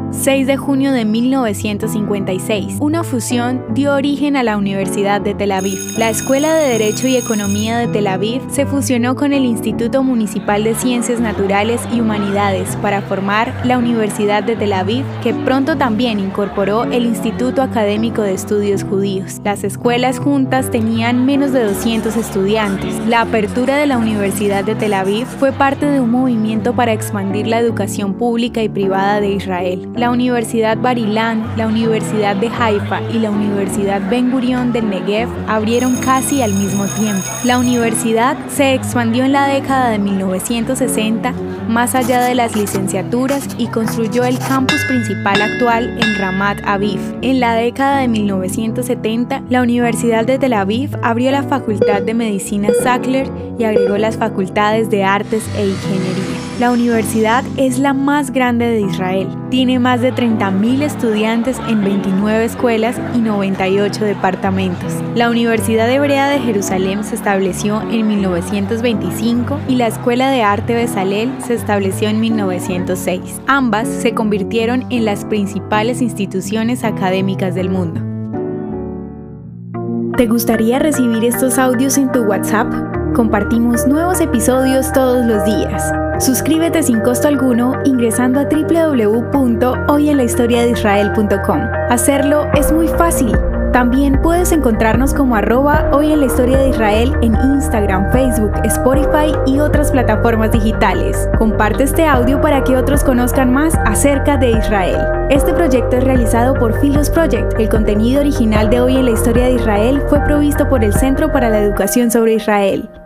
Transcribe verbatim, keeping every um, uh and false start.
seis de junio de mil novecientos cincuenta y seis, una fusión dio origen a la Universidad de Tel Aviv. La Escuela de Derecho y Economía de Tel Aviv se fusionó con el Instituto Municipal de Ciencias Naturales y Humanidades para formar la Universidad de Tel Aviv, que pronto también incorporó el Instituto Académico de Estudios Judíos. Las escuelas juntas tenían menos de doscientos estudiantes. La apertura de la Universidad de Tel Aviv fue parte de un movimiento para expandir la educación pública y privada de Israel. La Universidad Bar Ilan, la Universidad de Haifa y la Universidad Ben Gurión del Negev abrieron casi al mismo tiempo. La universidad se expandió en la década de mil novecientos sesenta más allá de las licenciaturas y construyó el campus principal actual en Ramat Aviv. En la década de mil novecientos setenta, la Universidad de Tel Aviv abrió la Facultad de Medicina Sackler y agregó las facultades de Artes e Ingeniería. La universidad es la más grande de Israel. Tiene más de treinta mil estudiantes en veintinueve escuelas y noventa y ocho departamentos. La Universidad Hebrea de Jerusalén se estableció en mil novecientos veinticinco y la Escuela de Arte Bezalel se estableció en mil novecientos seis. Ambas se convirtieron en las principales instituciones académicas del mundo. ¿Te gustaría recibir estos audios en tu WhatsApp? Compartimos nuevos episodios todos los días. Suscríbete sin costo alguno ingresando a doble u doble u doble u punto hoy en la historia de israel punto com. Hacerlo es muy fácil. También puedes encontrarnos como arroba hoy en la historia de Israel en Instagram, Facebook, Spotify y otras plataformas digitales. Comparte este audio para que otros conozcan más acerca de Israel. Este proyecto es realizado por Philos Project. El contenido original de Hoy en la Historia de Israel fue provisto por el Centro para la Educación sobre Israel.